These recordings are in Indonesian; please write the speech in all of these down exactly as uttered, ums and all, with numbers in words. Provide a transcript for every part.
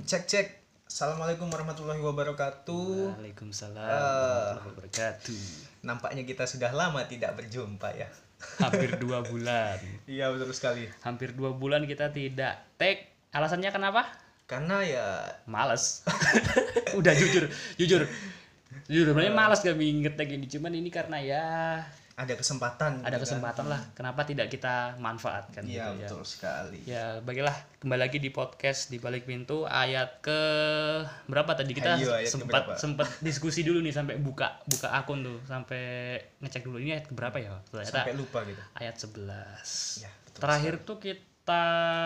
Cek cek. Assalamualaikum warahmatullahi wabarakatuh. Waalaikumsalam Eh, warahmatullahi wabarakatuh. Nampaknya kita sudah lama tidak berjumpa ya. Hampir dua bulan. Iya betul sekali. Hampir dua bulan kita tidak tag. Alasannya kenapa? Karena ya Males. Udah jujur, jujur. Jujur sebenarnya malas kami nge-tag ini, cuman ini karena ya ada kesempatan. ada gitu kesempatan kan. lah. Kenapa tidak kita manfaatkan Iya gitu ya. betul sekali. Ya, bagilah kembali lagi di podcast di balik pintu ayat ke berapa tadi kita Ayo, ayat sempat keberapa? sempat diskusi dulu nih sampai buka buka akun tuh sampai ngecek dulu ini ayat keberapa ya? Ternyata Sampai lupa gitu. ayat sebelas. Ya, betul Terakhir tuh kita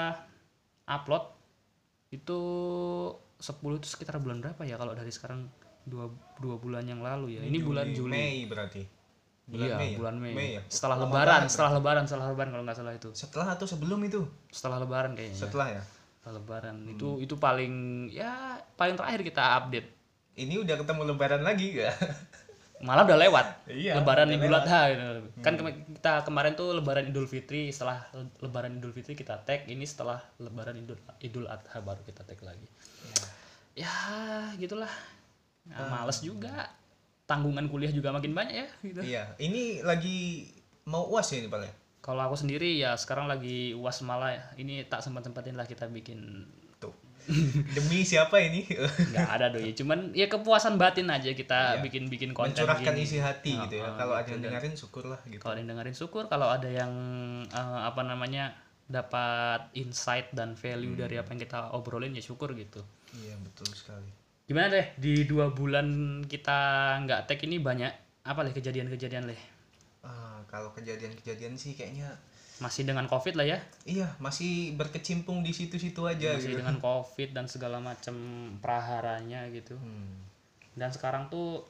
upload itu sepuluh itu sekitar bulan berapa ya kalau dari sekarang dua, dua bulan yang lalu ya. Ini Juli, bulan Juli. Mei berarti. Bulan Iya, Mei ya? bulan Mei. Mei ya? Setelah Lama lebaran, banget. setelah lebaran, setelah lebaran kalau nggak salah itu. Setelah atau sebelum itu? Setelah lebaran kayaknya. Setelah ya. Setelah lebaran Hmm. itu itu paling ya paling terakhir kita update. Ini udah ketemu lebaran lagi gak? Malah udah lewat. Iya, Lebaran udah Idul lewat. Adha gitu. Kan kema- kita kemarin tuh lebaran Idul Fitri, setelah le- lebaran Idul Fitri kita tag, ini setelah lebaran Idul Idul Adha baru kita tag lagi. Ya. Ya, gitulah. Nah, males juga. Tanggungan kuliah juga makin banyak ya gitu. Iya, ini lagi mau U A S ya ini Pak ya? Kalau aku sendiri ya sekarang lagi U A S malah ya. Ini tak sempat-sempatin lah kita bikin. Tuh. Demi siapa ini? Nggak ada doi, cuman ya kepuasan batin aja kita Iya. bikin-bikin konten Mencurahkan gini. isi hati Nah, gitu ya. uh, Kalau ada gitu. yang Dan dengerin syukurlah gitu. kalau ada yang dengerin syukur, kalau ada yang eh, apa namanya dapat insight dan value Hmm. dari apa yang kita obrolin ya syukur gitu. Iya betul sekali. Gimana deh di dua bulan kita nggak tag ini banyak apa leh kejadian-kejadian leh? Ah, kalau kejadian-kejadian sih kayaknya Masih dengan covid lah ya, iya masih berkecimpung di situ-situ aja masih gitu. dengan covid dan segala macam praharanya gitu. Hmm, Dan sekarang tuh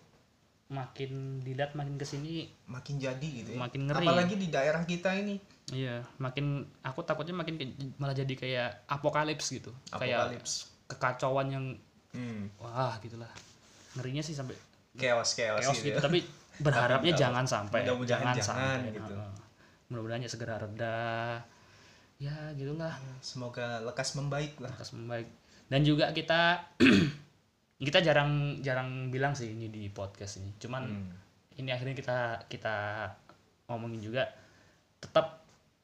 makin dilihat makin kesini, makin jadi gitu ya. Makin ngeri. Apalagi di daerah kita ini. iya makin aku takutnya makin ke- malah jadi kayak apokalips gitu, kayak Apokalips. kekacauan yang Hmm, wah gitulah, ngerinya sih sampai chaos chaos, chaos gitu. gitu, ya. tapi berharapnya Tapi jangan sampai mudah-mudahan jangan jangan sampai gitu. Heeh. Mudah-mudahan ya segera reda ya gitulah, Semoga lekas membaik lah. lekas membaik. Dan juga kita kita jarang jarang bilang sih ini di podcast ini, cuman Hmm. ini akhirnya kita kita ngomongin juga, tetap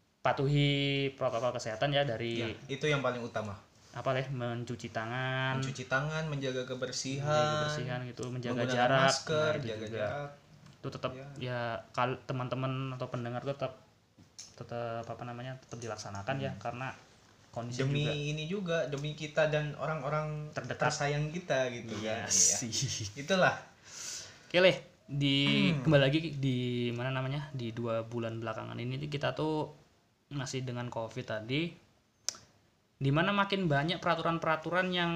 patuhi protokol kesehatan ya dari Ya, itu yang paling utama. apa leh mencuci tangan, Mencuci tangan, menjaga kebersihan, menjaga kebersihan gitu, menjaga menggunakan jarak, masker, nah, itu jaga juga. jarak. Itu tetap Ya. ya kal teman-teman atau pendengar tuh tetap tetap apa namanya tetap dilaksanakan ya, karena kondisi Demi juga ini juga, demi kita dan orang-orang Terdekat. tersayang kita gitu iya kan. Iya. sih. Itulah. Oke leh, di kembali lagi di mana namanya di dua bulan belakangan ini nih kita tuh masih dengan covid tadi, dimana makin banyak peraturan-peraturan yang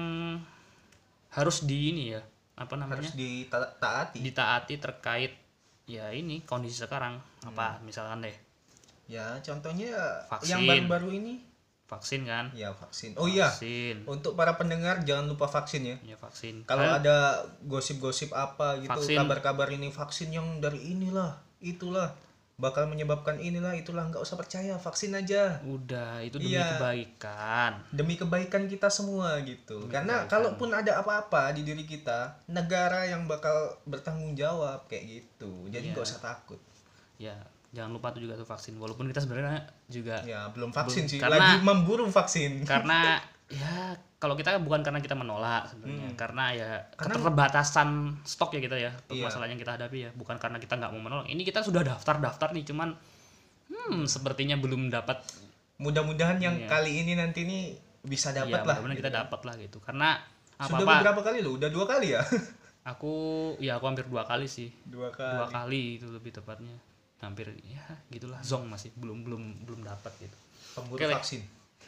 harus di ini ya apa namanya Harus ditaati. ditaati terkait ya ini kondisi sekarang. Apa misalkan deh Ya, contohnya Vaksin. yang baru-baru ini vaksin kan, ya vaksin. Oh iya, vaksin untuk para pendengar jangan lupa vaksin ya. ya vaksin. Kalau Kayak ada gosip-gosip apa gitu, Vaksin. kabar-kabar ini vaksin yang dari inilah, itulah bakal menyebabkan inilah, itulah, nggak usah percaya, vaksin aja. udah itu demi Iya. kebaikan. Demi kebaikan kita semua gitu. Karena kalaupun ada apa-apa di diri kita, negara yang bakal bertanggung jawab kayak gitu. Jadi nggak usah takut. Ya jangan lupa tuh juga tuh vaksin, walaupun kita sebenarnya juga Ya, belum vaksin sih, lagi karena- memburu vaksin. karena ya kalau kita bukan karena kita menolak sebenarnya, karena ya Hmm. Karena- keterbatasan stok ya kita ya, Iya. masalah yang kita hadapi ya, bukan karena kita nggak mau menolak. Ini kita sudah daftar-daftar nih, cuman hmm sepertinya belum dapat. Mudah-mudahan yang kali ini nanti nih bisa Ya dapat lah. mudah-mudahan kita dapat lah gitu, karena Sudah apa-apa beberapa kali loh, udah dua kali ya. aku ya aku hampir dua kali sih, Dua kali. dua kali itu lebih tepatnya, hampir ya gitulah, zong masih belum belum belum dapat gitu. Pemburu Oke, Leh. vaksin.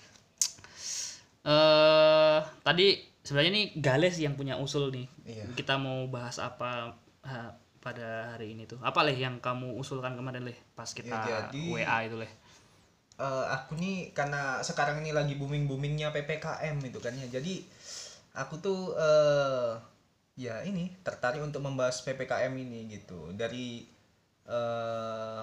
eh tadi sebenarnya nih Gales yang punya usul nih. Iya. Kita mau bahas apa ha, pada hari ini tuh? Apa leh yang kamu usulkan kemarin leh pas kita Ya, jadi- W A itu leh? Eh, aku nih karena sekarang ini lagi booming-boomingnya P P K M itu kan ya. Jadi aku tuh eh ya ini tertarik untuk membahas P P K M ini gitu. Dari eh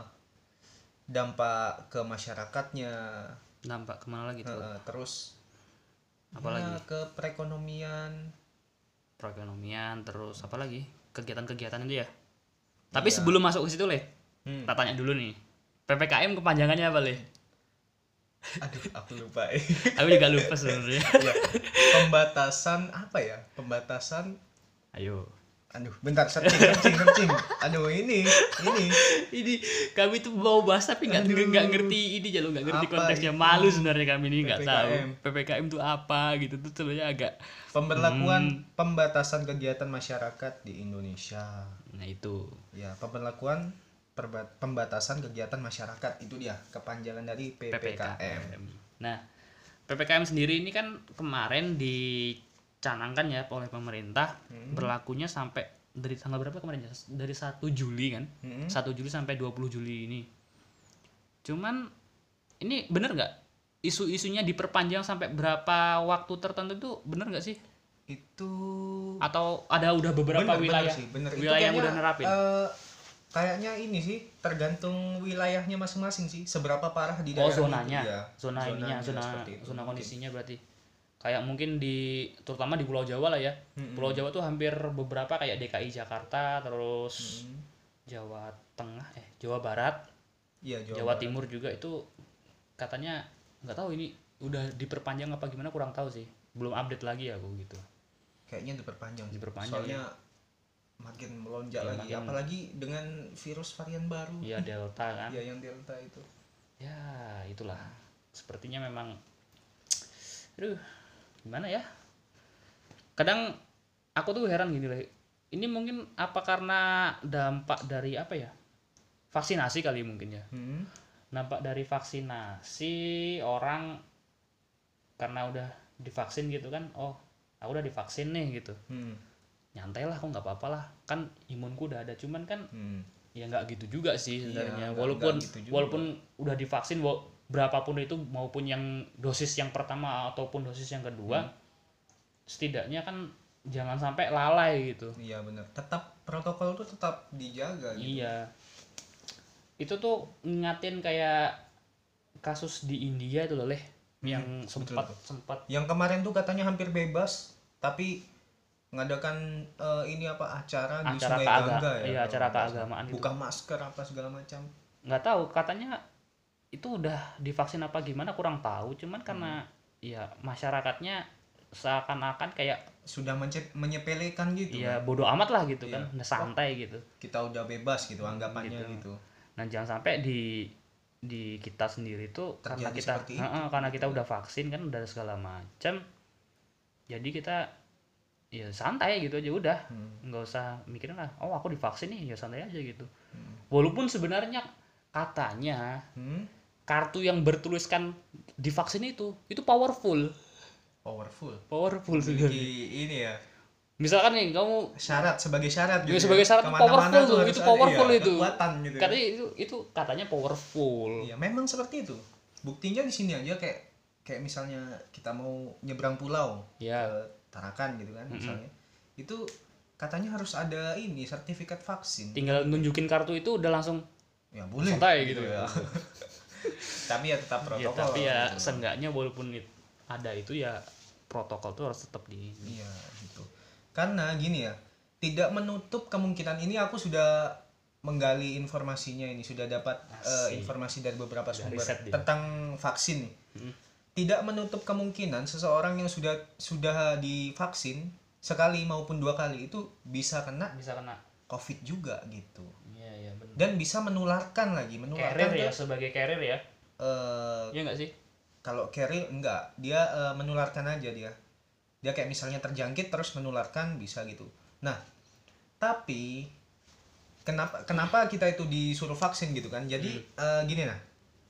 dampak ke masyarakatnya, Dampak kemana lagi tuh? eh, terus Apalagi Ya, ke perekonomian. perekonomian, terus apa lagi? Kegiatan-kegiatan itu ya. Tapi Iya. sebelum masuk ke situ, Le, Hmm. tak tanya dulu nih. P P K M kepanjangannya apa, Le? Aduh, aku lupa. Aku juga lupa sebenarnya. Ya, pembatasan apa ya? Pembatasan. Ayo. Aduh, bentar, searching, searching, searching. Aduh, ini, ini. Ini kami tuh mau bahas tapi nggak Aduh. nggak ngerti ini jalur nggak ngerti Apa konteksnya, itu? malu sebenarnya kami ini nggak P P K M. tahu P P K M itu apa gitu tuh sebenarnya agak. Pemberlakuan Hmm. pembatasan kegiatan masyarakat di Indonesia. Nah itu Ya, pemberlakuan perba- pembatasan kegiatan masyarakat itu dia kepanjangan dari P P K M. Nah, P P K M sendiri ini kan kemarin dicanangkan ya oleh pemerintah, berlakunya sampai dari tanggal berapa kemarin ya? Dari satu Juli kan? Hmm. satu Juli sampai dua puluh Juli ini. Cuman ini bener nggak isu-isunya diperpanjang sampai berapa waktu tertentu itu bener nggak sih? Itu Atau ada udah beberapa bener, bener wilayah sih, bener. Itu wilayah yang kayaknya, udah nerapin? eh, kayaknya ini sih tergantung wilayahnya masing-masing sih, seberapa parah di Oh, daerah zonanya. itu, ya. Zona ininya, Zonanya zona seperti itu, zona mungkin. kondisinya berarti. Kayak mungkin di terutama di Pulau Jawa lah ya. Mm-mm. Pulau Jawa tuh hampir beberapa kayak D K I Jakarta, terus Mm. Jawa Tengah, eh Jawa Barat, Iya, Jawa, Jawa Barat. Timur juga itu katanya nggak tahu ini udah diperpanjang apa gimana, kurang tahu sih. Belum update lagi aku gitu. Kayaknya diperpanjang. Diperpanjang, Soalnya makin melonjak Iya, lagi, makin- apalagi dengan virus varian baru. Iya Delta kan. Ya, yang Delta itu. Ya, itulah. Sepertinya memang aduh, gimana ya? Kadang aku tuh heran gini loh. Ini mungkin apa karena dampak dari apa ya? Vaksinasi kali mungkin ya. Hmm. Dampak dari vaksinasi orang karena udah divaksin gitu kan. Oh, aku udah divaksin nih gitu. Hmm. Nyantai lah, kok nggak apa-apa lah. Kan imunku udah ada, cuman kan Hmm. ya nggak gitu juga sih Iya, sebenarnya. nggak- walaupun nggak gitu juga. walaupun udah divaksin wa- berapapun itu, maupun yang dosis yang pertama ataupun dosis yang kedua, setidaknya kan jangan sampai lalai gitu. Iya, benar. Tetap protokol tuh tetap dijaga gitu. Iya, itu tuh ngingatin kayak kasus di India itu loh, Leh, yang Hmm, sempat betul, sempat Yang kemarin tuh katanya hampir bebas, tapi mengadakan eh, ini apa acara, di Acara Sungai keaga- Gangga ya. iya, kalau acara nggak salah. keagamaan itu. Buka masker apa segala macam. nggak tahu, katanya itu udah divaksin apa gimana kurang tahu, cuman karena ya masyarakatnya seakan-akan kayak Sudah mence- menyepelekan gitu. ya kan. bodoh amat lah gitu Iya. kan, udah santai gitu. Kita udah bebas gitu anggapannya Gitu. gitu. Nah, jangan sampai di di kita sendiri tuh karena Terjadi kita seperti itu, Heeh, karena kita udah vaksin kan, udah segala macam, jadi kita ya santai gitu aja udah, Hmm. nggak usah mikirin lah, oh aku divaksin nih, ya santai aja gitu. Hmm. Walaupun sebenarnya katanya Hmm. kartu yang bertuliskan divaksin itu itu powerful Powerful. powerful sebenarnya. Memiliki ini ya, Misalkan nih kamu syarat sebagai syarat Ya, gitu. sebagai ya. syarat tuh Kemana-mana powerful tuh, harus itu ada, powerful iya, itu. Kekuatan gitu. ya. katanya itu itu katanya powerful. Iya, memang seperti itu. Buktinya di sini aja kayak kayak misalnya kita mau nyebrang pulau Ya. ke Tarakan gitu kan misalnya. Itu katanya harus ada ini sertifikat vaksin. Tinggal nunjukin kartu itu udah langsung Ya boleh. santai gitu ya. Tapi ya tetap ya, protokol. tapi ya gitu. seenggaknya walaupun it- ada itu ya protokol tuh harus tetap di Iya gitu. Karena gini ya, tidak menutup kemungkinan ini aku sudah menggali informasinya ini sudah dapat eh, Asik. informasi dari beberapa Udah sumber riset dia. tentang vaksin nih. Hmm. Tidak menutup kemungkinan seseorang yang sudah sudah divaksin sekali maupun dua kali itu bisa kena bisa kena. COVID juga gitu. Iya, iya benar. Dan bisa menularkan lagi, menularkan Carrier ya, tuh, sebagai carrier ya. eh, Iya enggak sih? kalau carrier enggak, dia eh, menularkan aja dia. Dia kayak misalnya terjangkit terus menularkan bisa gitu. Nah, tapi kenapa kenapa kita itu disuruh vaksin gitu kan? Jadi eh, gini nah.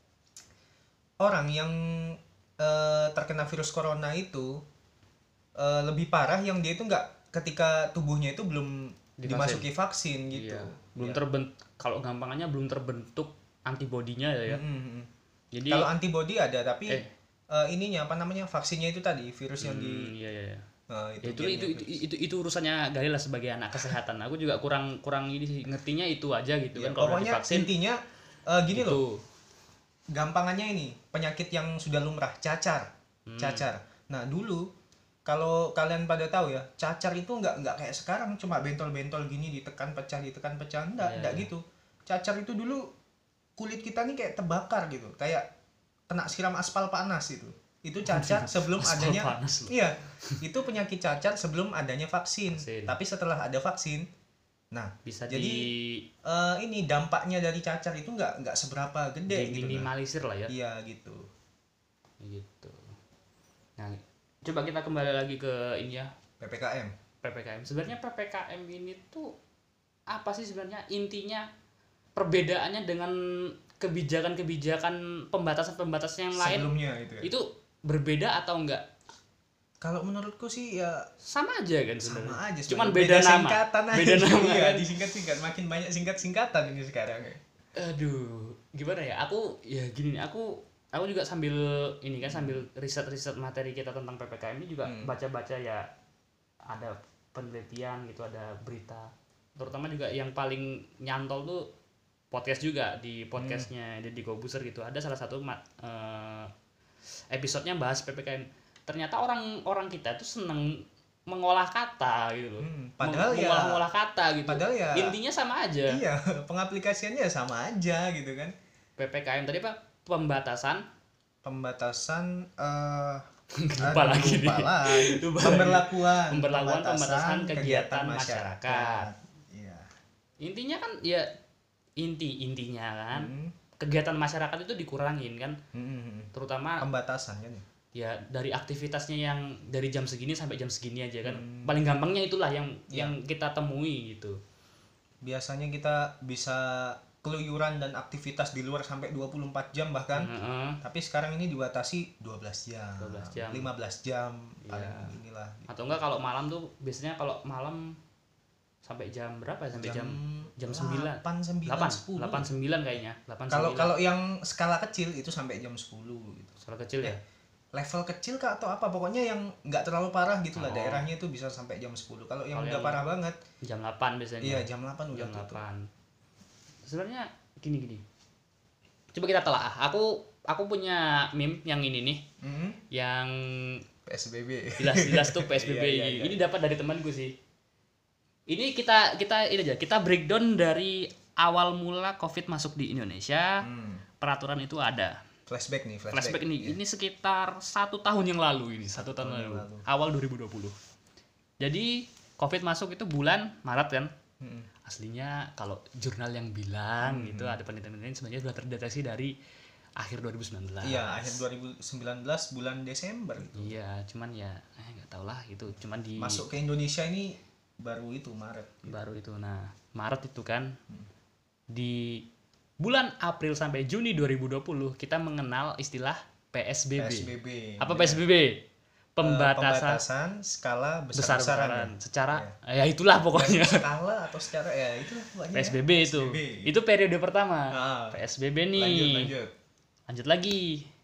Orang yang eh, terkena virus corona itu eh, lebih parah yang dia itu enggak ketika tubuhnya itu belum Divaksin. dimasuki vaksin gitu. Iya. Belum Iya. terbentuk, kalau gampangannya belum terbentuk antibodinya ya. ya. Mm, mm, mm. Jadi Kalau antibody ada tapi Eh. eh, ininya apa namanya vaksinnya itu tadi virus yang di Hmm, iya, iya, iya. eh, Ya, itu, gennya itu, itu, virus. itu, itu urusannya Gali lah sebagai anak kesehatan. Aku juga kurang kurang ini sih, ngertinya itu aja gitu Ya, kan, kalau udah pokoknya divaksin intinya eh, gini itu. loh, gampangannya ini penyakit yang sudah lumrah cacar, cacar. Nah dulu kalau kalian pada tahu ya, cacar itu nggak nggak kayak sekarang cuma bentol-bentol gini ditekan pecah ditekan pecah, enggak Iya, enggak iya. gitu. Cacar itu dulu kulit kita nih kayak terbakar gitu, kayak kena siram aspal panas itu. Itu cacar sebelum Aspal adanya panas loh. iya, itu penyakit cacar sebelum adanya vaksin. Vaksin. Tapi setelah ada vaksin, nah Bisa jadi di eh, ini dampaknya dari cacar itu nggak nggak seberapa gede gitu. Nah. diminimalisir lah ya. Iya gitu. Gitu. Nah, coba kita kembali lagi ke ini ya, P P K M. P P K M. Sebenarnya P P K M ini tuh apa sih sebenarnya intinya, perbedaannya dengan kebijakan-kebijakan pembatasan-pembatasan yang lain Sebelumnya itu ya. itu berbeda atau enggak? Kalau menurutku sih ya Sama aja kan sebenarnya. sama aja. Cuman sebenarnya. beda, nama. singkatan aja. Beda nama. Iya, kan? disingkat-singkat, makin banyak singkat-singkatan ini sekarang. Aduh, gimana ya? Aku ya gini, aku aku juga sambil ini kan sambil riset-riset materi kita tentang P P K M ini juga Hmm. baca-baca ya, ada penelitian gitu, ada berita. Terutama juga yang paling nyantol tuh podcast juga, di podcastnya Deddy Kobuser gitu. Ada salah satu ma- eh, episodenya bahas P P K M. Ternyata orang-orang kita tuh seneng mengolah kata gitu loh. Hmm, padahal Meng- ya- mengolah-ngolah kata gitu. padahal ya- intinya sama aja. Iya, pengaplikasiannya sama aja gitu kan. P P K M tadi apa? Pembatasan Pembatasan eh lupa aduh, lagi nih. lupa lagi. Lupa lagi. Pemberlakuan Pemberlakuan pembatasan kegiatan masyarakat. Iya. Intinya kan ya inti intinya kan Hmm. kegiatan masyarakat itu dikurangin kan, Hmm, hmm, hmm. terutama Pembatasan kan ya. ya dari aktivitasnya yang dari jam segini sampai jam segini aja kan. Hmm. Paling gampangnya itulah yang Ya. yang kita temui gitu. Biasanya kita bisa keluyuran dan aktivitas di luar sampai dua puluh empat jam bahkan. Heeh. Tapi sekarang ini dibatasi dua belas jam, dua belas jam. lima belas jam paling Iya. inilah. Atau enggak kalau malam tuh biasanya kalau malam sampai jam berapa ya? Sampai jam jam sembilan. delapan, sembilan, delapan, sepuluh. delapan sembilan kayaknya. delapan Kalau sembilan. kalau yang skala kecil itu sampai jam sepuluh gitu. Skala kecil ya. Level kecil kah atau apa, pokoknya yang nggak terlalu parah gitu lah, Oh. daerahnya itu bisa sampai jam sepuluh. Kalau yang Kalau udah yang- parah banget, Jam delapan biasanya. iya jam delapan udah jam tutup. delapan. Sebenarnya gini gini. Coba kita telah. Aku aku punya meme yang ini nih, Hmm, yang P S B B. jelas-jelas tuh P S B B. Iya, iya, iya. Ini dapat dari temanku sih. Ini kita kita ini aja, kita breakdown dari awal mula Covid masuk di Indonesia. Hmm. Peraturan itu ada. Flashback nih, flashback. Flashback ini, Iya. ini sekitar satu tahun yang lalu ini, satu tahun tahun lalu, yang lalu. awal dua ribu dua puluh. Jadi Covid masuk itu bulan Maret kan. Hmm. Aslinya kalau jurnal yang bilang gitu, ada penelitian-penelitian sebenarnya sudah terdeteksi dari akhir dua ribu sembilan belas. Iya, akhir dua ribu sembilan belas bulan Desember itu. Iya, cuman ya eh nggak tahu lah itu, cuman di Masuk ke Indonesia ini baru itu Maret. baru itu. Nah, Maret itu kan di bulan April sampai Juni dua ribu dua puluh kita mengenal istilah P S B B. P S B B. Apa P S B B? Eh, Pembatasan pembatasan skala besar-besaran. besar-besaran. Secara Iya. ya itulah pokoknya. Skala atau secara ya itu pokoknya. P S B B itu. P S B B. Itu periode pertama. Ah. P S B B nih. Lanjut, lanjut. Lanjut lagi.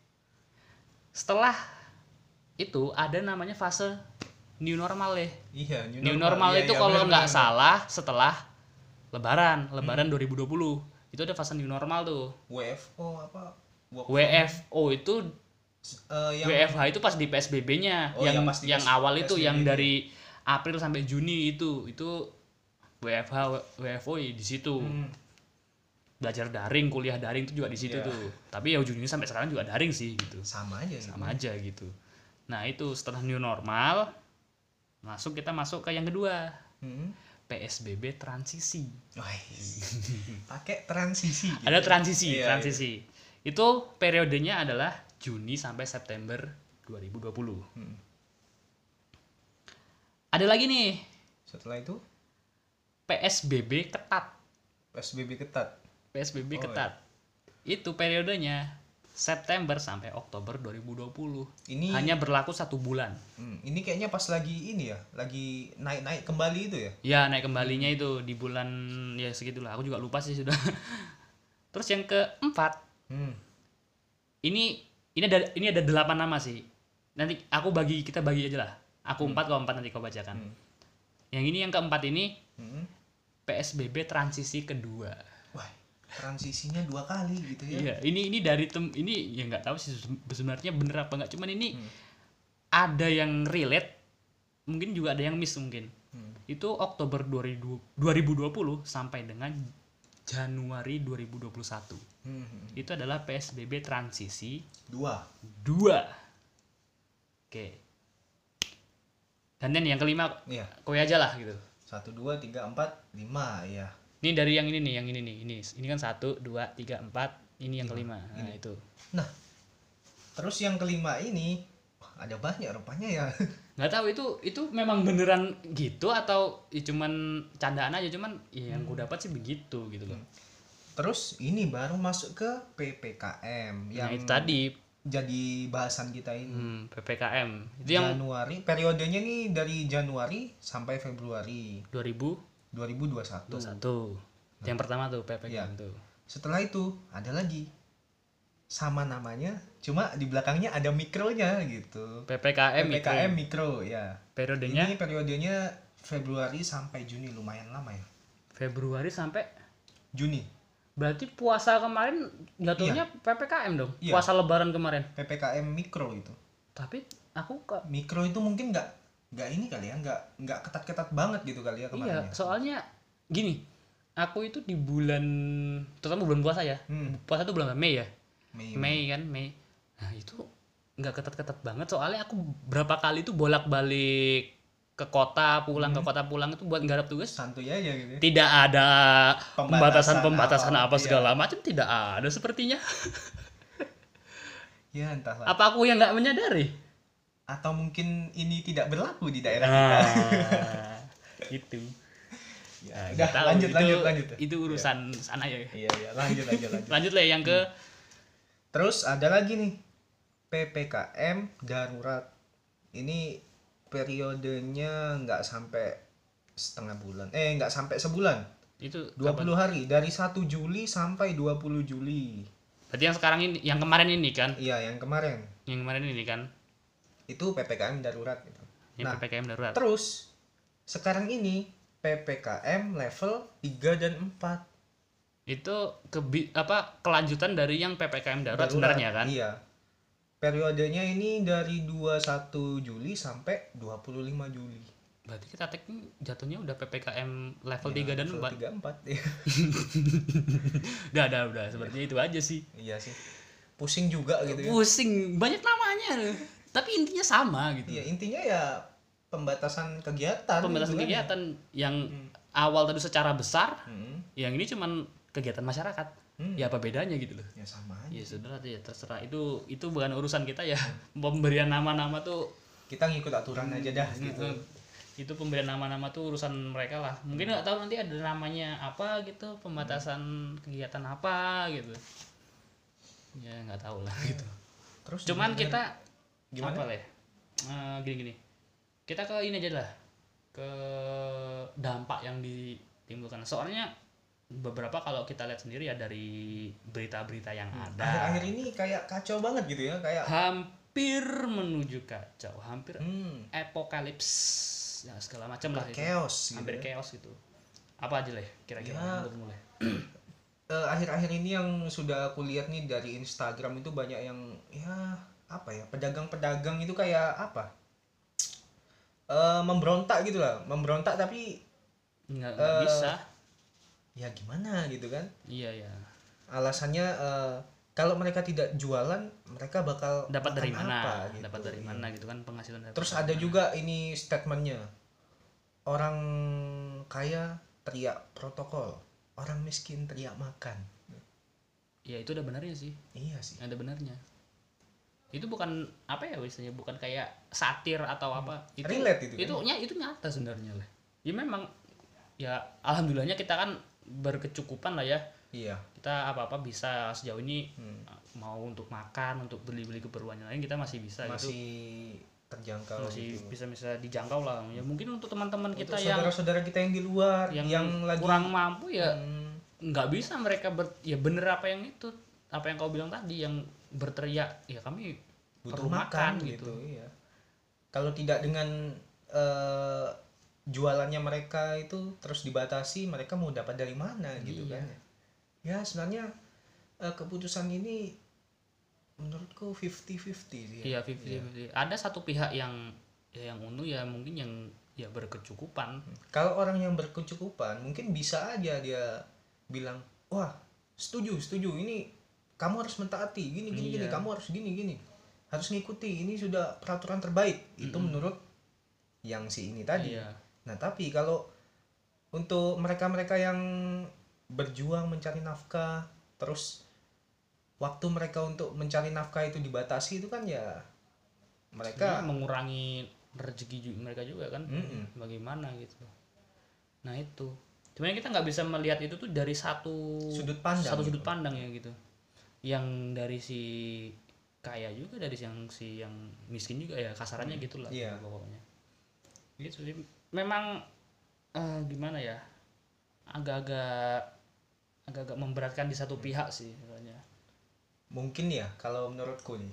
Setelah itu ada namanya fase new normal ya. Iya, New normal Iya, itu iya, kalau benar, nggak benar. salah setelah Lebaran, Lebaran dua ribu dua puluh. Itu ada fase new normal tuh. W F O apa? Work W F O itu eh, yang W F H itu pas di P S B B-nya, Oh, yang yang pas di yang P S- awal itu P S B B yang -nya. dari April sampai Juni itu itu W F H W F O di situ. Hmm. Belajar daring, kuliah daring itu juga di situ Iya. tuh. Tapi ya ujungnya sampai sekarang juga daring sih gitu. sama aja gitu. Sama aja gitu. Nah, itu setelah new normal masuk kita masuk ke yang kedua, Hmm. P S B B transisi. Wah, pakai transisi. gitu. Ada transisi, Iya, transisi. Itu periodenya adalah Juni sampai September dua ribu dua puluh. Hmm. Ada lagi nih, Setelah itu P S B B ketat. P S B B ketat. P S B B Oh, ketat. Itu periodenya September sampai Oktober dua ribu dua puluh. Ini Hanya berlaku satu bulan. Hmm, ini kayaknya pas lagi ini ya, lagi naik-naik kembali itu ya. Ya, naik kembalinya itu di bulan ya segitulah. Aku juga lupa sih sudah. Terus yang keempat, Hmm. ini ini ada ini ada delapan nama sih. Nanti aku bagi kita bagi aja lah. Aku empat, kalau empat nanti kau bacakan. Hmm. Yang ini yang keempat ini Hmm. P S B B transisi kedua. Wah, transisinya dua kali gitu ya. Iya, ini ini dari tem ini ya nggak tahu sih sebenarnya bener apa nggak. Cuman ini Hmm. ada yang relate, mungkin juga ada yang miss mungkin. Hmm. Itu Oktober dua ribu dua puluh sampai dengan Januari dua ribu dua puluh satu. Hmm. hmm. Itu adalah P S B B transisi Dua. dua. Oke. Dan yang kelima Iya. kowe aja lah gitu. Satu, dua, tiga, empat, lima, ya. Ini dari yang ini nih, yang ini nih. Ini ini kan satu, dua, tiga, empat. Ini yang kelima. Nah, Ini. itu. Nah, terus yang kelima ini, wah, ada banyak rupanya ya. Nggak tahu itu itu memang beneran gitu atau ya cuman candaan aja, cuman ya yang gue dapat sih begitu gitu loh. Terus ini baru masuk ke P P K M Yang yang itu tadi jadi bahasan kita ini. hmm, P P K M itu yang Januari, periodenya nih dari Januari sampai Februari dua ribu dua ribu dua puluh satu. dua puluh satu. Yang pertama tuh P P K M Iya. tuh. Setelah itu ada lagi sama namanya, cuma di belakangnya ada mikronya gitu. P P K M P P K M mikro ya. periodenya Ini periodenya Februari sampai Juni, lumayan lama ya. Februari sampai Juni. berarti puasa kemarin jatuhnya P P K M dong. Iya. Puasa lebaran kemarin. P P K M mikro itu. Tapi aku kok Mikro itu mungkin nggak nggak ini kali ya, nggak nggak ketat-ketat banget gitu kali ya iya, kemarin. ya. soalnya gini. Aku itu di bulan terutama bulan puasa ya. Hmm. Puasa tuh bulan Mei ya. Mei. Mei kan Mei. Nah itu nggak ketat-ketat banget soalnya aku berapa kali tuh bolak-balik ke kota pulang ke kota pulang itu buat nggarap tugas. Santuy aja gitu. ya. Tidak ada Pembatasan pembatasan-pembatasan apa, apa, iya. segala macam tidak ada sepertinya. Ya entahlah. Apa aku yang nggak menyadari? Atau mungkin ini tidak berlaku di daerah kita. Nah, itu. Ya, Nah, udah nggak tahu. lanjut itu, lanjut lanjut. Itu urusan sana ya. Iya iya lanjut lanjut lanjut. Lanjut lah yang ke Terus ada lagi nih P P K M darurat. Ini periodenya nggak sampai setengah bulan. Eh nggak sampai sebulan. itu dua kapan? puluh hari dari satu Juli sampai dua puluh Juli. Berarti yang sekarang ini, yang kemarin ini kan? Iya, yang kemarin. Yang kemarin ini kan? Itu P P K M darurat gitu. Yang Nah, P P K M darurat. terus sekarang ini P P K M level tiga dan empat. Itu kebi apa kelanjutan dari yang P P K M darurat, sebenarnya kan? Iya. Periodenya ini dari dua puluh satu Juli sampai dua puluh lima Juli. Berarti kita tag ini jatuhnya udah P P K M level Ya, tiga dan level empat. tiga empat. Iya. Udah, udah, udah. Sepertinya itu aja sih. Iya sih. Pusing juga gitu ya. Pusing, banyak namanya. Tapi intinya sama gitu. Iya, intinya ya pembatasan kegiatan. Pembatasan gitu kan. kegiatan yang awal tadi secara besar, Hmm. yang ini cuman kegiatan masyarakat. Hmm. Ya apa bedanya gitu loh. Ya sama aja. Ya sudah ya terserah, itu itu bukan urusan kita ya. Pemberian nama-nama tuh Kita ngikut aturan aja dah gitu. mm, itu pemberian nama-nama tuh urusan mereka lah. Mungkin nggak tahu nanti ada namanya apa gitu, pembatasan kegiatan apa gitu. Ya nggak tahu lah gitu. Terus Cuman gimana? kita Gimana? apa lah ya? Eh, gini-gini. Kita ke ini aja lah. Ke dampak yang ditimbulkan. Soalnya beberapa kalau kita lihat sendiri ya dari berita-berita yang ada. akhir-akhir ini kayak kacau banget gitu ya, kayak Hampir menuju kacau, hampir hmm, apokalips ya segala macam lah itu. chaos gitu. Hampir ya. chaos gitu. Apa aja lah kira-kira Ya. untuk mulai? Eh, akhir-akhir ini yang sudah aku lihat nih dari Instagram itu banyak yang ya apa ya, pedagang-pedagang itu kayak apa? Eh, memberontak gitu lah, memberontak tapi Nggak, nggak Eh, bisa. ya gimana gitu kan? Iya ya. Alasannya eh, kalau mereka tidak jualan, mereka bakal Dapat dari makan mana? apa, gitu. Dapat dari mana gitu kan penghasilan dari Terus mana. ada juga ini statementnya, orang kaya teriak protokol, orang miskin teriak makan. Ya itu udah benernya sih. Iya sih. Ada benernya. Itu bukan apa ya istilahnya, bukan kayak satir atau apa. Itu Relate itu kan? itu nya itu nyata sebenarnya lah. Ya memang ya alhamdulillahnya kita kan berkecukupan lah ya. Iya. Kita apa-apa bisa sejauh ini, Hmm. mau untuk makan, untuk beli-beli keperluan yang lain kita masih bisa gitu. Masih terjangkau Masih gitu. bisa-bisa dijangkau lah. Ya mungkin untuk teman-teman kita Untuk yang saudara-saudara kita yang di luar yang, yang, lagi kurang mampu ya hmm, nggak bisa mereka ber, ya bener apa yang itu apa yang kau bilang tadi, yang berteriak ya kami butuh perlu makan, makan gitu. Iya. Kalau tidak dengan eh, jualannya mereka itu terus dibatasi, mereka mau dapat dari mana gitu Iya. kan? Ya sebenarnya eh, keputusan ini menurutku fifty fifty sih. Iya, fifty fifty. Ada satu pihak yang ya yang untung ya mungkin yang ya berkecukupan. Kalau orang yang berkecukupan mungkin bisa aja dia bilang, wah setuju setuju ini kamu harus mentaati gini gini gini, Iya. kamu harus gini gini, harus ngikuti, ini sudah peraturan terbaik. Itu menurut yang si ini tadi. Iya. Nah tapi kalau untuk mereka-mereka yang berjuang mencari nafkah, terus waktu mereka untuk mencari nafkah itu dibatasi, itu kan ya mereka Sebenarnya mengurangi rezeki ju- mereka juga kan. Mm-mm. Bagaimana gitu. Nah itu sebenarnya kita nggak bisa melihat itu tuh dari satu Sudut pandang satu gitu. sudut pandang ya gitu, yang dari si kaya juga, dari yang si yang miskin juga ya, kasarannya gitulah Iya. pokoknya gitu sih. Memang eh, gimana ya, agak-agak agak-agak memberatkan di satu pihak sih sebenarnya. mungkin ya kalau menurutku nih,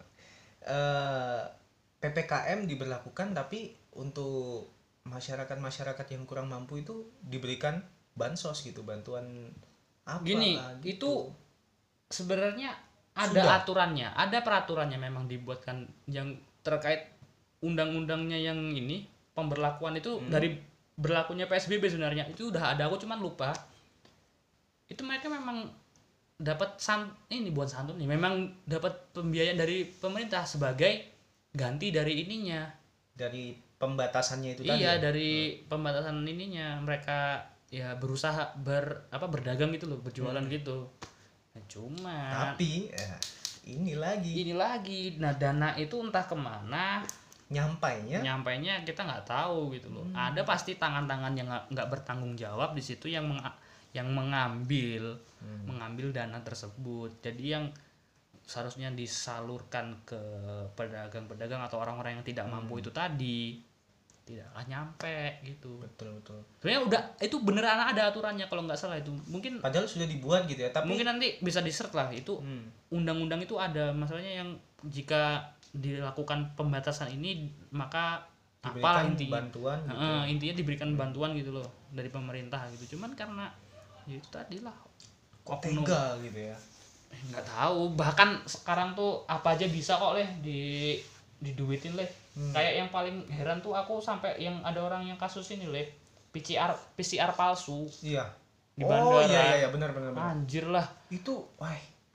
eh P P K M diberlakukan tapi untuk masyarakat-masyarakat yang kurang mampu itu diberikan bansos gitu, bantuan apa Gini, lah itu gitu. sebenarnya ada Sudah. aturannya, ada peraturannya memang dibuatkan yang terkait undang-undangnya yang ini pemberlakuan itu dari berlakunya P S B B sebenarnya itu udah ada, aku cuman lupa. Itu mereka memang dapat san ini bukan santun nih, memang dapat pembiayaan dari pemerintah sebagai ganti dari ininya. Dari pembatasannya itu tadi Iya, ya? dari pembatasan ininya mereka ya berusaha ber apa berdagang gitu loh, berjualan gitu. Nah, cuma Tapi ya, ini lagi ini lagi, nah dana itu entah kemana nyampainya nyampainya kita nggak tahu gitu loh. Ada pasti tangan-tangan yang nggak nggak bertanggung jawab di situ yang meng- yang mengambil mengambil dana tersebut. Jadi yang seharusnya disalurkan ke pedagang-pedagang atau orang-orang yang tidak mampu itu tadi tidaklah nyampe gitu. betul betul. Sebenarnya udah itu beneran ada aturannya kalau nggak salah itu. Mungkin Padahal sudah dibuat gitu ya, tapi mungkin nanti bisa di search lah itu. Hmm. Undang-undang itu ada masalahnya yang jika dilakukan pembatasan ini maka apalah diberikan intinya. bantuan gitu. Heeh, intinya diberikan bantuan gitu loh dari pemerintah gitu. Cuman karena ya itu tadi lah Kok oknum- tega gitu ya. eh, nggak tahu, bahkan sekarang tuh apa aja bisa kok leh di diduitin leh. Kayak yang paling heran tuh aku sampai yang ada orang yang kasus ini leh, P C R P C R palsu Iya. di Oh bandara. iya iya, iya benar benar benar. Anjir lah. Itu wah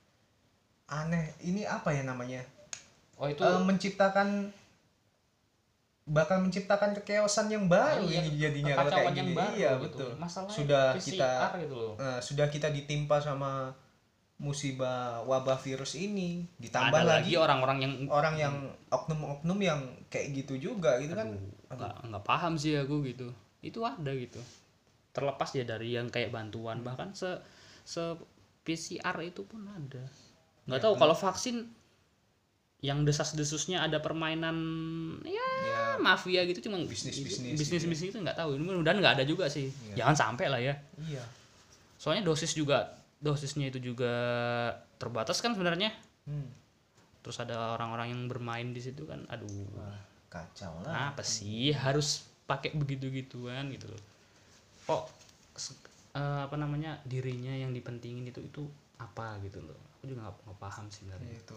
aneh, ini apa ya namanya? Oh itu Eh, menciptakan bakal menciptakan kekeosan yang baru iya, ini jadinya kalau kayak kekacauan yang gini. baru Iya gitu. betul. Masalahnya Sudah P C R kita gitu loh. eh, sudah kita ditimpa sama musibah wabah virus ini, ditambah Ada lagi lagi orang-orang yang orang yang oknum-oknum yang kayak gitu juga gitu kan. nggak nggak paham sih aku gitu. Itu ada gitu. Terlepas ya dari yang kayak bantuan, bahkan se se P C R itu pun ada. Nggak tahu kalau vaksin yang desas-desusnya ada permainan ya, Ya, mafia gitu, cuma Bisnis-bisnis bisnis gitu ya. bisnis itu nggak tahu. Ini mudah-mudahan nggak ada juga sih. Jangan sampai lah ya. iya. Soalnya dosis juga dosisnya itu juga terbatas kan sebenarnya. Hmm. Terus ada orang-orang yang bermain di situ kan, aduh. Wah, kacau lah. Apa sih harus pakai begitu-gituan gitu loh. Kok se- eh, apa namanya dirinya yang dipentingin itu itu apa gitu loh. Aku juga nggak nggak paham sih sebenarnya. Itu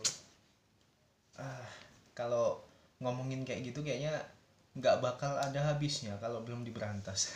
ah, kalau ngomongin kayak gitu kayaknya nggak bakal ada habisnya kalau belum diberantas.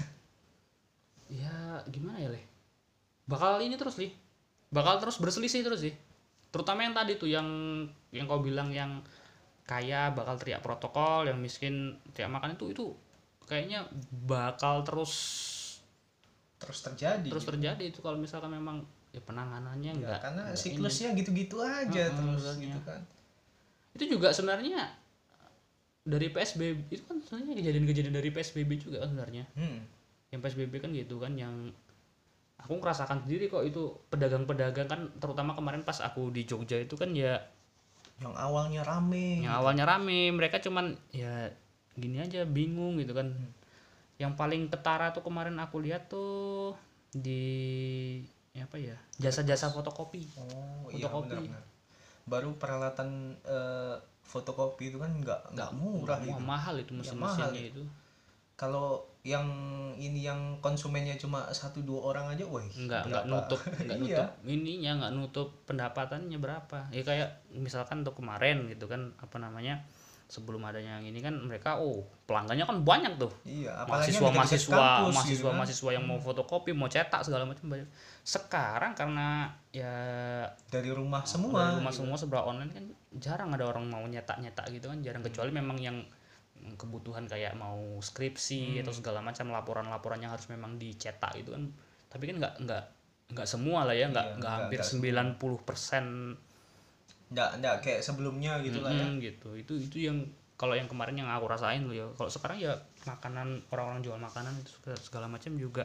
Ya gimana ya leh, bakal ini terus lih, bakal terus berselisih terus sih, terutama yang tadi tuh yang yang kau bilang yang kaya bakal teriak protokol, yang miskin teriak makan, itu itu kayaknya bakal terus Terus terjadi terus gitu. terjadi itu kalau misalkan memang ya penanganannya Ya, enggak karena enggak siklusnya gitu-gitu aja Heeh, terus makanya. gitu kan. ini. Itu juga sebenarnya dari P S B B itu kan sebenarnya kejadian-kejadian dari P S B B juga kan sebenarnya. Hmm. Yang P S B B kan gitu kan, yang aku ngerasakan sendiri kok itu pedagang-pedagang kan, terutama kemarin pas aku di Jogja itu kan ya Yang awalnya rame. yang awalnya rame mereka cuman ya gini aja bingung gitu kan. Yang paling ketara tuh kemarin aku lihat tuh di ya apa ya, jasa-jasa fotokopi. Oh iya Fotokopi. benar-benar. Baru peralatan eh, fotokopi itu kan nggak nggak murah Wah, itu. mahal itu Ya, mesin-mesinnya mahal. itu. Kalau yang ini yang konsumennya cuma satu dua orang aja, wah Enggak enggak berapa? nutup enggak Iya. nutup ininya, enggak nutup pendapatannya berapa. Ya kayak misalkan untuk kemarin gitu kan, apa namanya, sebelum adanya yang ini kan mereka oh pelanggannya kan banyak tuh. Iya, apalagi mahasiswa yang dekat-dekat mahasiswa kampus mahasiswa gitu kan. mahasiswa yang mau fotokopi mau cetak segala macam banyak. Sekarang karena ya Dari rumah dari semua. rumah gitu. semua serba online kan jarang ada orang mau nyetak nyetak gitu kan jarang, kecuali memang yang kebutuhan kayak mau skripsi atau segala macam laporan-laporan yang harus memang dicetak gitu kan. Tapi kan nggak nggak nggak semua lah ya, nggak Iya, nggak nggak- hampir nggak sembilan puluh persen Nggak, nggak kayak sebelumnya gitu lah ya. Mm, gitu. Itu itu yang kalau yang kemarin yang aku rasain loh ya. Kalau sekarang ya makanan orang-orang jual makanan itu segala, segala macam juga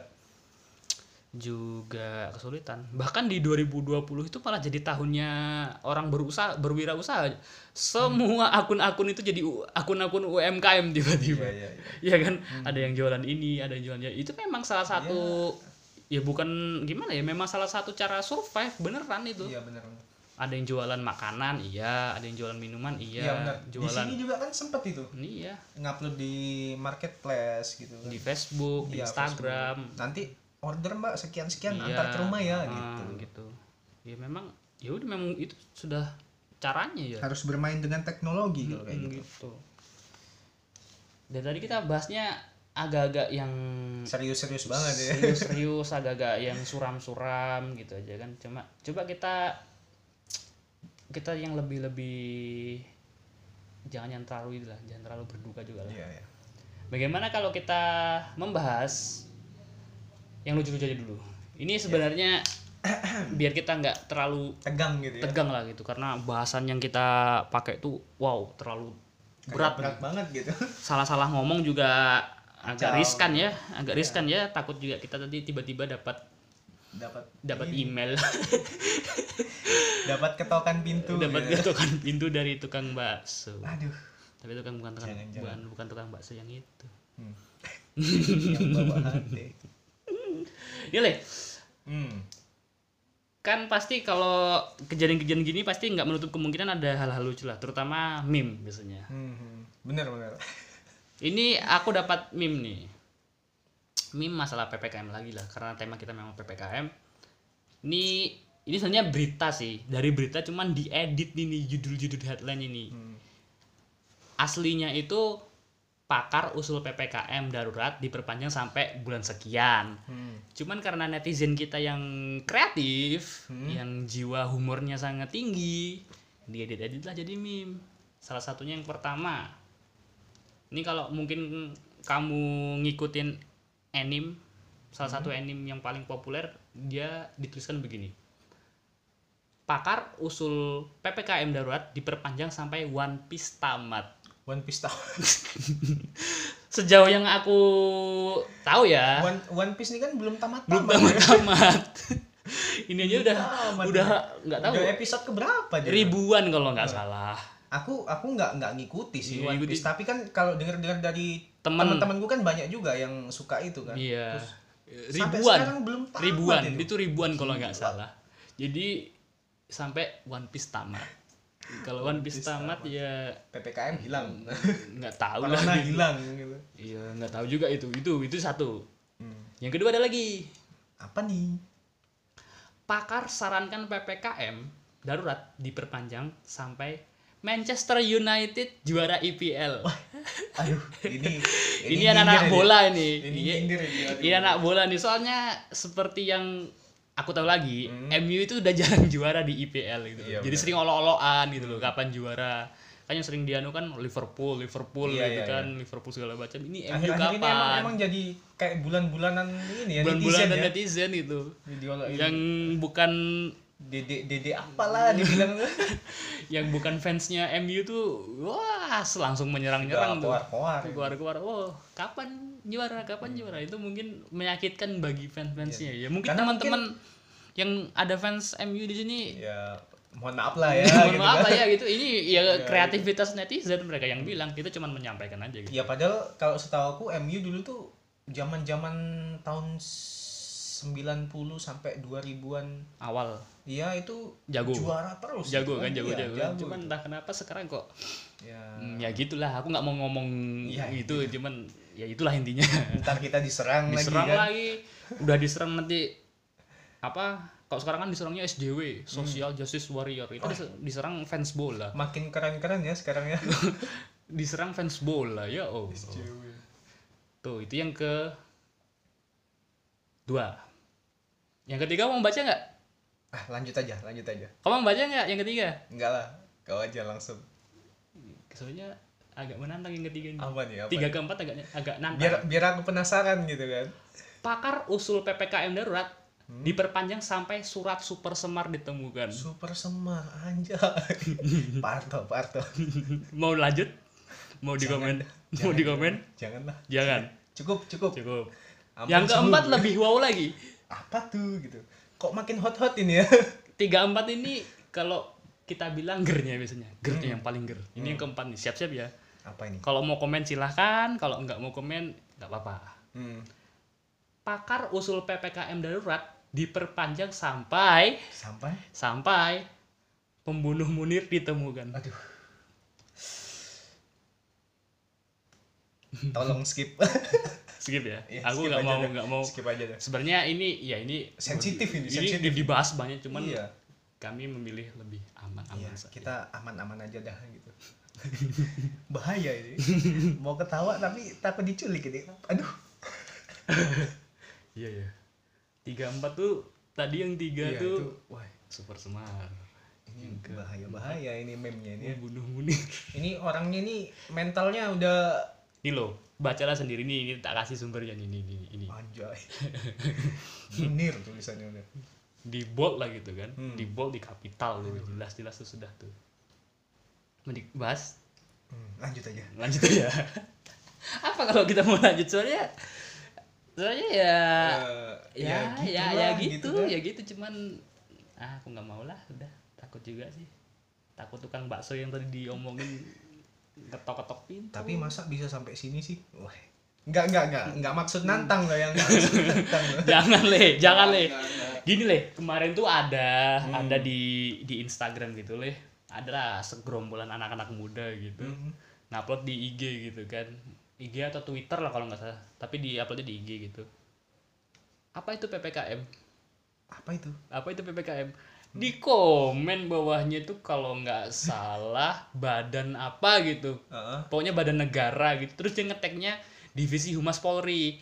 juga kesulitan. Bahkan di dua ribu dua puluh itu malah jadi tahunnya orang berusaha berwirausaha. Semua akun-akun itu jadi u- akun-akun U M K M tiba-tiba. Iya, iya, iya. Iya kan? Ada yang jualan ini, ada yang jualan ya. Itu memang salah satu ya bukan gimana ya, memang salah satu cara survive beneran itu. Iya benar. Ada yang jualan makanan, iya, ada yang jualan minuman, iya, Iya benar. Di jualan sini juga kan sempet itu iya, ngupload di marketplace gitu kan. di Facebook, di Iya, Instagram. Facebook. Nanti order Mbak sekian-sekian Iya, antar ke rumah ya ah, gitu. gitu. Ya memang ya udah memang itu sudah caranya ya. Harus bermain dengan teknologi kalau kayak Mm, gitu. gitu. Dan tadi kita bahasnya agak-agak yang Serius-serius banget ya. serius-serius, agak-agak yang suram-suram gitu aja kan. Cuma coba kita kita yang lebih-lebih jangan yang terlalu itulah, jangan terlalu berduka juga lah. Iya, iya. Bagaimana kalau kita membahas yang lucu-lucu aja dulu. Ini sebenarnya biar kita nggak terlalu Tegang gitu ya. tegang lah gitu, karena bahasan yang kita pakai tuh wow terlalu Kayak berat. berat banget gitu. Salah-salah ngomong juga agak Kacau. riskan ya, agak riskan ya. Takut juga kita tadi tiba-tiba dapat Dapat dapat ini, email, dapat ketokan pintu. dapat gitu. ketukan pintu dari tukang bakso. Aduh. Tapi tukang bukan tukang Jangan, jangan. bukan bukan tukang bakso yang itu. Hmm. Yang bawa hati. Ya Le, Hmm. kan pasti kalau kejadian-kejadian gini pasti nggak menutup kemungkinan ada hal-hal lucu lah, terutama meme biasanya. Hmm, hmm. Bener bener. Ini aku dapat meme nih. Meme masalah P P K M lagi lah, karena tema kita memang P P K M. Ini ini sebenarnya berita sih, dari berita cuman diedit ini judul-judul headline ini. Hmm. Aslinya itu pakar usul P P K M darurat diperpanjang sampai bulan sekian. Hmm. Cuman karena netizen kita yang kreatif, Hmm. yang jiwa humornya sangat tinggi, diedit-edit lah jadi meme. Salah satunya yang pertama. Ini kalau mungkin kamu ngikutin anime, salah satu anime yang paling populer, dia dituliskan begini. Pakar usul P P K M darurat diperpanjang sampai One Piece tamat. One Piece tahu. Sejauh yang aku tahu ya, One, One Piece ini kan belum tamat. belum tamat-tamat. Ini aja udah Tamat udah ya. nggak tahu Udah episode keberapa jadi? ribuan kalau nggak salah. Aku aku nggak nggak ngikuti sih Iya, One ngikuti. Piece, tapi kan kalau dengar-dengar dari Temen. teman-temanku kan banyak juga yang suka itu kan. Iya. Terus sampai Ribuan. sekarang belum tamat Ribuan. itu. Itu ribuan kalau nggak Gila. salah. Jadi sampai One Piece tamat. Kalau One Piece tamat ya P P K M hilang. nggak tahu Corona lah. hilang gitu. Iya, nggak tahu juga itu. Itu itu satu. Hmm. Yang kedua ada lagi. Apa nih? Pakar sarankan P P K M darurat diperpanjang sampai Manchester United juara I P L. Aduh, ini Ini anak-anak nyindir bola ini. ini. Ini Iya. nyindir ini. Aduh. Ini anak bola nih. Soalnya seperti yang aku tahu lagi, Hmm. M U itu udah jarang juara di I P L gitu. Iya, Jadi benar. sering olok-olokan gitu loh, kapan juara. Kan yang sering dianu kan Liverpool, Liverpool Iya, gitu iya, kan, Liverpool segala macam. Ini M U Akhir-akhir ini kapan? emang, emang jadi kayak bulan-bulanan ini ya, Bulan-bulan netizen dan ya. netizen gitu. Diolok ini. Yang bukan Dede Dede apalah dibilang yang bukan fansnya M U tuh wah langsung menyerang-nyerang tuh. keluar-keluar. Keluar-keluar. Oh, kapan juara? Kapan juara? Itu mungkin menyakitkan bagi fans-fansnya ya. Mungkin Karena teman-teman yang ada fans M U di sini Ya, mohon maaf lah ya. mohon gitu maaf kan. lah ya gitu. Ini ya kreativitas netizen mereka yang bilang, kita cuma menyampaikan aja gitu. Ya padahal kalau setahu aku M U dulu tuh zaman-zaman tahun sembilan puluh sampai dua ribuan. Awal Iya itu Jago. juara terus. jago gitu kan, jago Iya, jago. Cuman entah kenapa sekarang kok ya hmm, ya gitulah. Aku nggak mau ngomong Iya, itu, cuman ya itulah intinya. ntar kita diserang, Diserang lagi kan. lagi. Udah diserang nanti apa? Kalau sekarang kan diserangnya S J W, Social Justice Warrior. Itu dis- diserang fans bola. Makin keren-keren ya sekarang ya. diserang fans bola ya. Oh, S J W. tuh itu yang ke dua. Yang ketiga mau baca nggak? Ah, lanjut aja, lanjut aja. Kamu mau baca nggak yang ketiga? Enggak lah, kau aja langsung. Soalnya agak menantang yang ketiga ini. Apa nih? Apa Tiga nih? keempat agak agak nantang. Biar biar aku penasaran gitu kan. Pakar usul P P K M darurat hmm? diperpanjang sampai surat super semar ditemukan. Super Semar anjay. Parto, Parto. Mau lanjut? Mau di komen? Mau di komen? Janganlah. Jangan. Cukup, cukup. Cukup. Ampun Yang keempat semua. lebih wow lagi. Apa tuh gitu? Kok makin hot-hot ini ya? Tiga empat ini kalau kita bilang gernya biasanya, gernya Hmm. yang paling ger. Ini Hmm. yang keempat nih, siap-siap ya. Apa ini? Kalau mau komen silahkan, kalau nggak mau komen nggak apa-apa. Hmm. Pakar usul P P K M darurat diperpanjang sampai Sampai sampai pembunuh Munir ditemukan. aduh. Tolong skip. Skip ya. Iya, Aku skip nggak aja mau dah. nggak mau. Skip aja dah. Sebenarnya ini ya ini Sensitif ini, ini sensitif. di- dibahas banyak, cuman Iya. kami memilih lebih aman-aman Iya, saja. kita aman-aman aja dah gitu. Bahaya ini. Mau ketawa tapi takut diculik ini. Aduh. Iya ya. Tiga empat tuh tadi yang tiga Iya, tuh itu, wah, super semar. ini bahaya-bahaya ini meme-nya ini. Membunuh Munir. Ini orangnya nih mentalnya udah Ini loh, bacalah sendiri nih, ini tak kasih sumbernya nih, ini ini ini. anjay. Munir tulisannya udah. Di bold lah gitu kan. Hmm. Di bold, di kapital loh, jelas-jelas tuh sudah tuh. Mau dibahas? Hmm, lanjut aja. Lanjut aja. Apa kalau kita mau lanjut, soalnya soalnya ya Eh, ya ya ya, gitulah, gitu, kan. ya gitu, cuman ah aku nggak mau lah, udah takut juga sih, takut tukang bakso yang tadi diomongin ketok-ketok pintu. Tapi masa bisa sampai sini sih? Wah. Enggak, enggak, enggak. Enggak maksud nantang loh yang maksud nantang loh. Jangan le, jangan le. Enggak, enggak. Gini le, kemarin tuh ada Hmm. ada di di Instagram gitu le, ada lah segerombolan anak-anak muda gitu, Hmm. ngupload di I G gitu kan, I G atau Twitter lah kalau nggak salah, tapi di uploadnya di I G gitu. Apa itu P P K M? Apa itu? Apa itu P P K M? Di komen bawahnya tuh kalau nggak salah badan apa gitu, Heeh. pokoknya badan negara gitu, terus dia ngeteknya Divisi Humas Polri.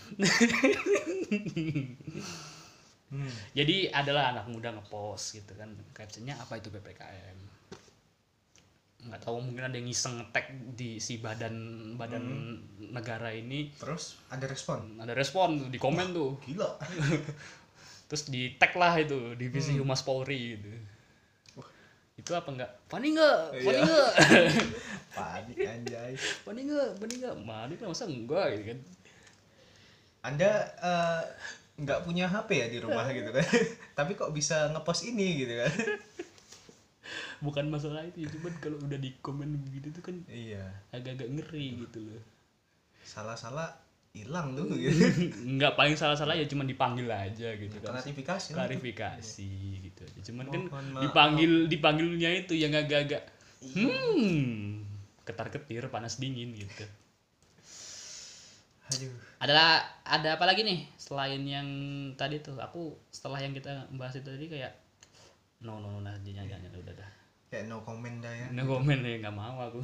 Hmm. Jadi adalah anak muda ngepost gitu kan, captionnya apa itu P P K M. Nggak tahu, mungkin ada yang iseng ngetek di si badan badan negara ini, Terus ada respon. ada respon tuh di komen tuh, Gila. terus di tag lah itu Divisi Hmm. Humas Polri gitu. Itu apa enggak? Panik enggak? Iya. Panik enggak? Panik anjay. Panik enggak? Panik enggak? Panik lah, masa enggak gitu kan. Anda eh, nggak punya H P ya di rumah gitu kan. Tapi kok bisa ngepost ini gitu kan. Bukan masalah itu, cuman kalau udah di komen begitu tuh kan Iya. agak-agak ngeri gitu loh. Salah-salah hilang tuh gitu. Enggak, paling salah-salah ya cuma dipanggil aja gitu kan. Klarifikasi lah. Klarifikasi gitu aja. Cuman kan Mohon maaf. dipanggil dipanggilnya itu yang agak-agak hmm ketar-ketir, panas dingin gitu. Aduh. Adalah ada apa lagi nih selain yang tadi tuh? Aku setelah yang kita bahas itu tadi kayak no no no nah jangan jangan udah dah. Kayak no comment dah ya. No komen ya, nggak mau aku.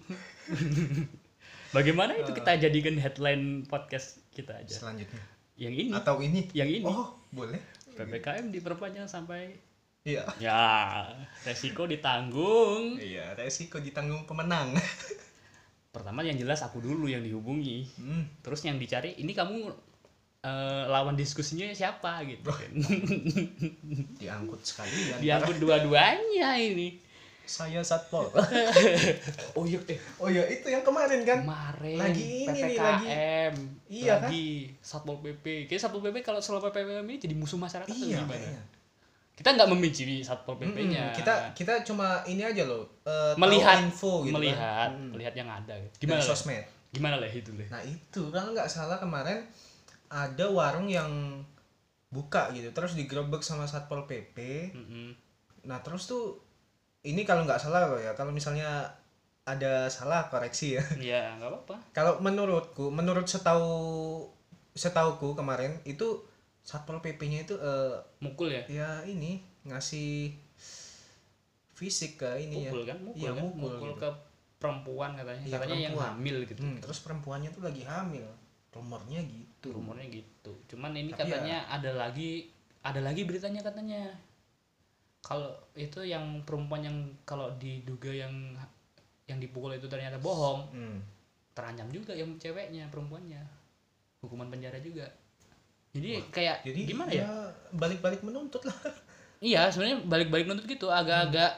Bagaimana itu kita jadikan headline podcast kita aja? Selanjutnya. Yang ini, Atau ini. yang ini. Oh, boleh. P P K M diperpanjang sampai Iya. ya resiko ditanggung. Iya, resiko ditanggung pemenang. Pertama yang jelas aku dulu yang dihubungi. Hmm. Terus yang dicari, ini kamu eh, lawan diskusinya siapa gitu kan. Diangkut sekali ya. Diangkut dua-duanya ini. Saya Satpol. Oh iya, eh Oh ya, itu yang kemarin kan. kemarin Lagi ini nih, P P K M Iya, lagi Satpol P P. Kayaknya Satpol P P kalau selalu P P K M ini jadi musuh masyarakat atau Iya, gimana? kayaknya. Kita nggak membenci Satpol P P-nya. Mm-mm, kita kita cuma ini aja loh, eh, tahu melihat info gitu melihat kan. Mm. melihat yang ada. Dari Gimana? Leh? sosmed. Gimana lah itu leh? Nah, itu kalau nggak salah kemarin ada warung yang buka gitu, terus digerebek sama Satpol P P. Mm-mm. Nah, terus tuh ini kalau nggak salah loh ya, kalau misalnya ada salah koreksi ya. Ya nggak apa-apa. Kalau menurutku, menurut setahu setauku kemarin itu Satpol P P-nya itu eh, Mukul ya? ya ini ngasih fisik ke ini Mukul ya. kan? Mukul Iya, kan? mukul, gitu. ke perempuan katanya, Iya, katanya yang perempuan. hamil gitu. Hmm, terus perempuannya tuh lagi hamil, rumornya gitu. Rumornya gitu. Cuman ini Tapi katanya ada lagi ada lagi beritanya katanya. Kalau itu yang perempuan yang kalau diduga yang yang dipukul itu ternyata bohong, Hmm. terancam juga yang ceweknya, perempuannya. Hukuman penjara juga. Jadi kayak Jadi gimana ya? balik-balik menuntut lah. Iya, sebenarnya balik-balik nuntut gitu, agak-agak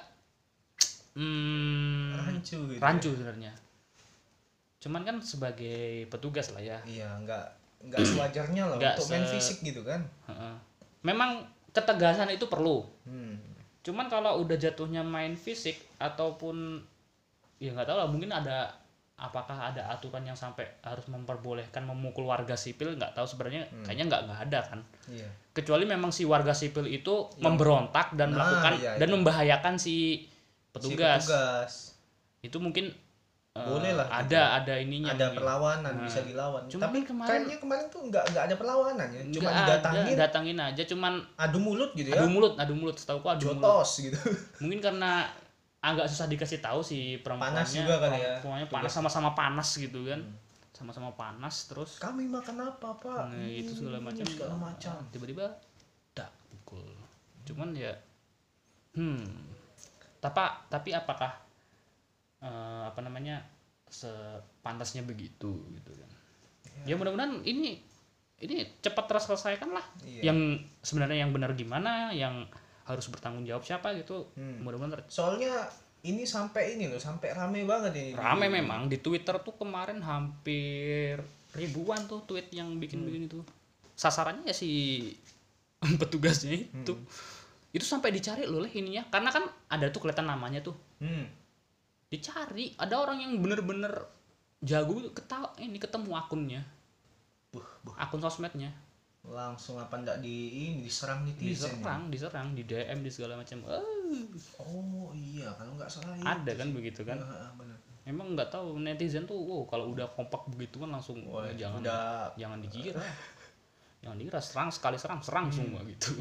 hmm, Rancu gitu. rancu sebenarnya. Cuman kan sebagai petugas lah ya. Iya, nggak nggak sewajarnya lah Nggak untuk main se- fisik gitu kan. Heeh. Memang ketegasan itu perlu. Hmm. Cuman kalau udah jatuhnya main fisik ataupun ya nggak tahu lah, mungkin ada apakah ada aturan yang sampai harus memperbolehkan memukul warga sipil, nggak tahu sebenarnya. Kayaknya nggak nggak ada kan. Iya. Kecuali memang si warga sipil itu memberontak dan Nah, melakukan iya, dan iya. membahayakan si Si petugas. petugas. Itu mungkin eh, Boleh lah gitu. ada ada ininya Ada mungkin. perlawanan, Nah, bisa dilawan. cuman Tapi kan kemarin- kayaknya kemarin tuh nggak nggak ada perlawanan ya. Cuma Nggak didatangin, ada, datangin aja, cuman adu mulut gitu ya. adu mulut adu mulut setahu aku adu mulut. Jotos gitu. Mungkin karena agak susah dikasih tahu si perempuannya. Panas juga kali ya. Perempuannya panas, sama-sama panas gitu kan. Sama-sama panas terus Kami makan apa, Pak? nah, itu segala Ini, macam segala macam. tiba-tiba tak pukul. Cuman ya hmm tapi tapi apakah eh, apa namanya sepantasnya begitu gitu kan. Ya, mudah-mudahan ini ini cepat terselesaikan lah. Iya. Yang sebenarnya yang benar gimana, yang harus bertanggung jawab siapa gitu. Hmm. Mudah-mudahan ter- Soalnya ini sampai ini loh, sampai rame banget ini. rame memang di Twitter tuh kemarin hampir ribuan tuh tweet yang bikin-bikin itu. Sasarannya ya si petugasnya itu. Itu sampai dicari loh leh ininya, karena kan ada tuh kelihatan namanya tuh. Hmm. Dicari, ada orang yang bener-bener jago ketawa ini ketemu akunnya. Buh, buh. Akun sosmednya. Langsung apa ndak di ini diserang netizen. Diserang, diserang, di D M, di segala macam. Eh, Oh iya, kalau nggak salah ada itu kan sih. begitu kan. Iya, benar. Emang nggak tahu netizen tuh, wow kalau udah kompak begitu kan langsung Wah, "Oh, jangan udah jangan dikira. Jangan dikira serang sekali serang, serang semua gitu.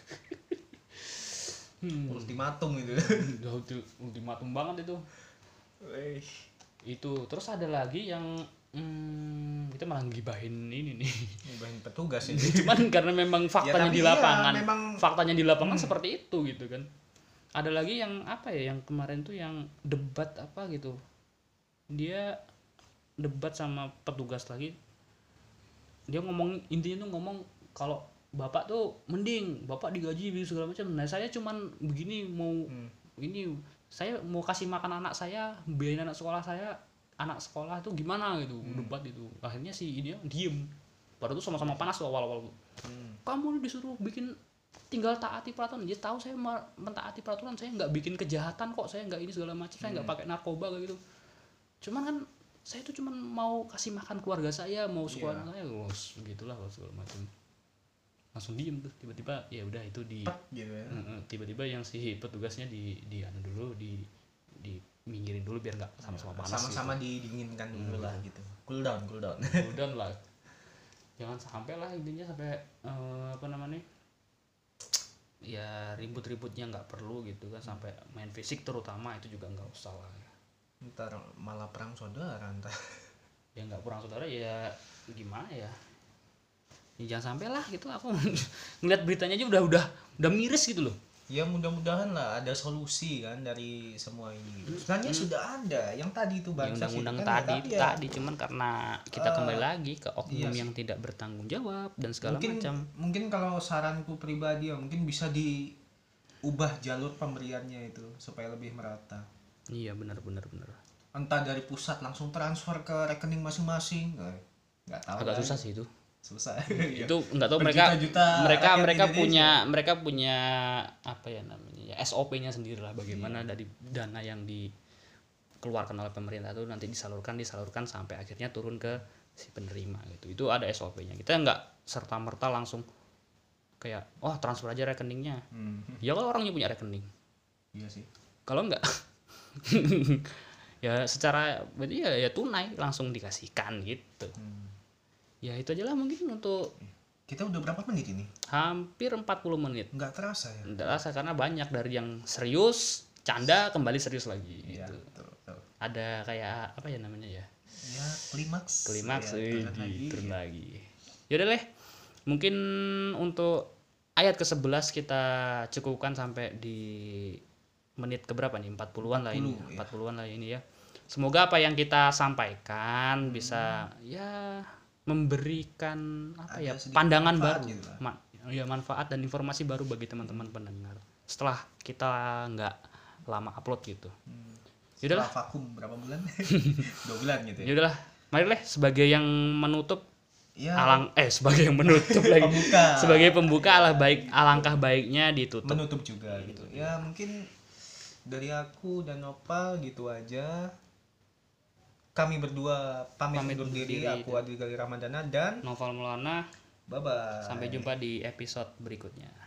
hmm. ultimatum gitu. Udah ulti- ultimatum banget itu. Wih. Itu terus ada lagi yang hmm, kita malah gibahin ini nih. Ngibahin petugas ini. Cuman karena memang faktanya tapi di iya, lapangan, memang- faktanya di lapangan seperti itu gitu kan. Ada lagi yang apa ya, yang kemarin tuh yang debat apa gitu. Dia debat sama petugas lagi. Dia ngomong, intinya tuh ngomong kalau bapak tuh mending bapak digaji segala macam. Nah, saya cuman begini mau ini saya mau kasih makan anak saya, biayain anak sekolah saya, anak sekolah itu gimana gitu. Debat itu. Akhirnya si ini diem. Padahal tuh sama-sama panas tuh awal-awal. Hmm. Kamu disuruh bikin tinggal taati peraturan. Dia tahu saya ma- mentaati peraturan, saya nggak bikin kejahatan kok, saya nggak ini segala macam, saya nggak pakai narkoba kayak gitu. Cuman kan saya tuh cuman mau kasih makan keluarga saya, mau sekolah saya, oh, begitulah segala macam. Langsung diem tuh, tiba-tiba ya udah itu di Pet gitu ya. Heeh, tiba-tiba yang si petugasnya di di anu dulu di di minggirin dulu biar nggak sama-sama panas. Sama-sama didinginkan dulu lah gitu. Cool down, cool down. Gitu. Udah lah. Jangan sampai lah intinya sampai eh, apa namanya? Ya ribut-ributnya nggak perlu gitu kan, sampai main fisik terutama itu juga nggak usah lah. Ntar malah perang saudara ntar. Ya nggak kurang saudara ya gimana ya? Ya jangan sampai lah gitu, aku ngeliat beritanya aja udah udah udah miris gitu loh. Ya mudah-mudahan lah ada solusi kan dari semua ini. Sebenarnya sudah ada yang tadi itu Ya bansos itu undang-undang kan, tadi tapi itu ya tadi cuman karena kita Eh, kembali lagi ke oknum iya sih. yang tidak bertanggung jawab dan segala mungkin macam. mungkin kalau saranku pribadi ya mungkin bisa diubah jalur pemberiannya itu supaya lebih merata. Iya benar benar benar. Entah dari pusat langsung transfer ke rekening masing-masing. Eh, nggak tahu. Agak lah. susah sih itu. Susah. Itu nggak tahu mereka Berjuta-juta mereka rakyat mereka Indonesia. punya mereka punya apa ya namanya ya S O P-nya sendiri lah, bagaimana dari dana yang dikeluarkan oleh pemerintah itu nanti disalurkan disalurkan sampai akhirnya turun ke si penerima gitu. Itu ada S O P-nya. Kita nggak serta merta langsung kayak oh transfer aja rekeningnya. Hmm. Ya kalau orangnya punya rekening. Iya sih. Kalau nggak ya secara berarti ya, ya tunai langsung dikasihkan gitu. Hmm. Ya itu aja lah mungkin untuk Kita udah berapa menit ini? hampir empat puluh menit. Nggak terasa ya. Nggak rasa karena banyak dari yang serius, canda kembali serius lagi Iya, gitu. betul, betul. ada kayak apa ya namanya ya? Ya, klimaks. Klimaks, ya, wih, turun lagi. turun lagi. Yaudah leh, mungkin untuk ayat ke sebelas kita cukupkan sampai di menit keberapa nih? empat puluhan lah ini. empat puluh, ya. empat puluhan lah ini ya. Semoga apa yang kita sampaikan Hmm. bisa ya memberikan apa Ada ya sedikit pandangan manfaat baru, gitu lah. Ma- ya manfaat dan informasi baru bagi teman-teman pendengar. Setelah kita nggak lama upload gitu. Hmm. Yaudahlah. Setelah vakum berapa bulan? Dua bulan gitu ya. Ya udahlah, mari leh sebagai yang menutup Ya, alang eh sebagai yang menutup lagi. pembuka. Sebagai pembuka lah baik alangkah baiknya ditutup. Menutup juga gitu. Ya, mungkin dari aku dan Nopal gitu aja. Kami berdua pamit, Pamit undur undur diri. diri. Aku Adil Gali Ramadana dan Novel Maulana, bye bye. sampai jumpa di episode berikutnya.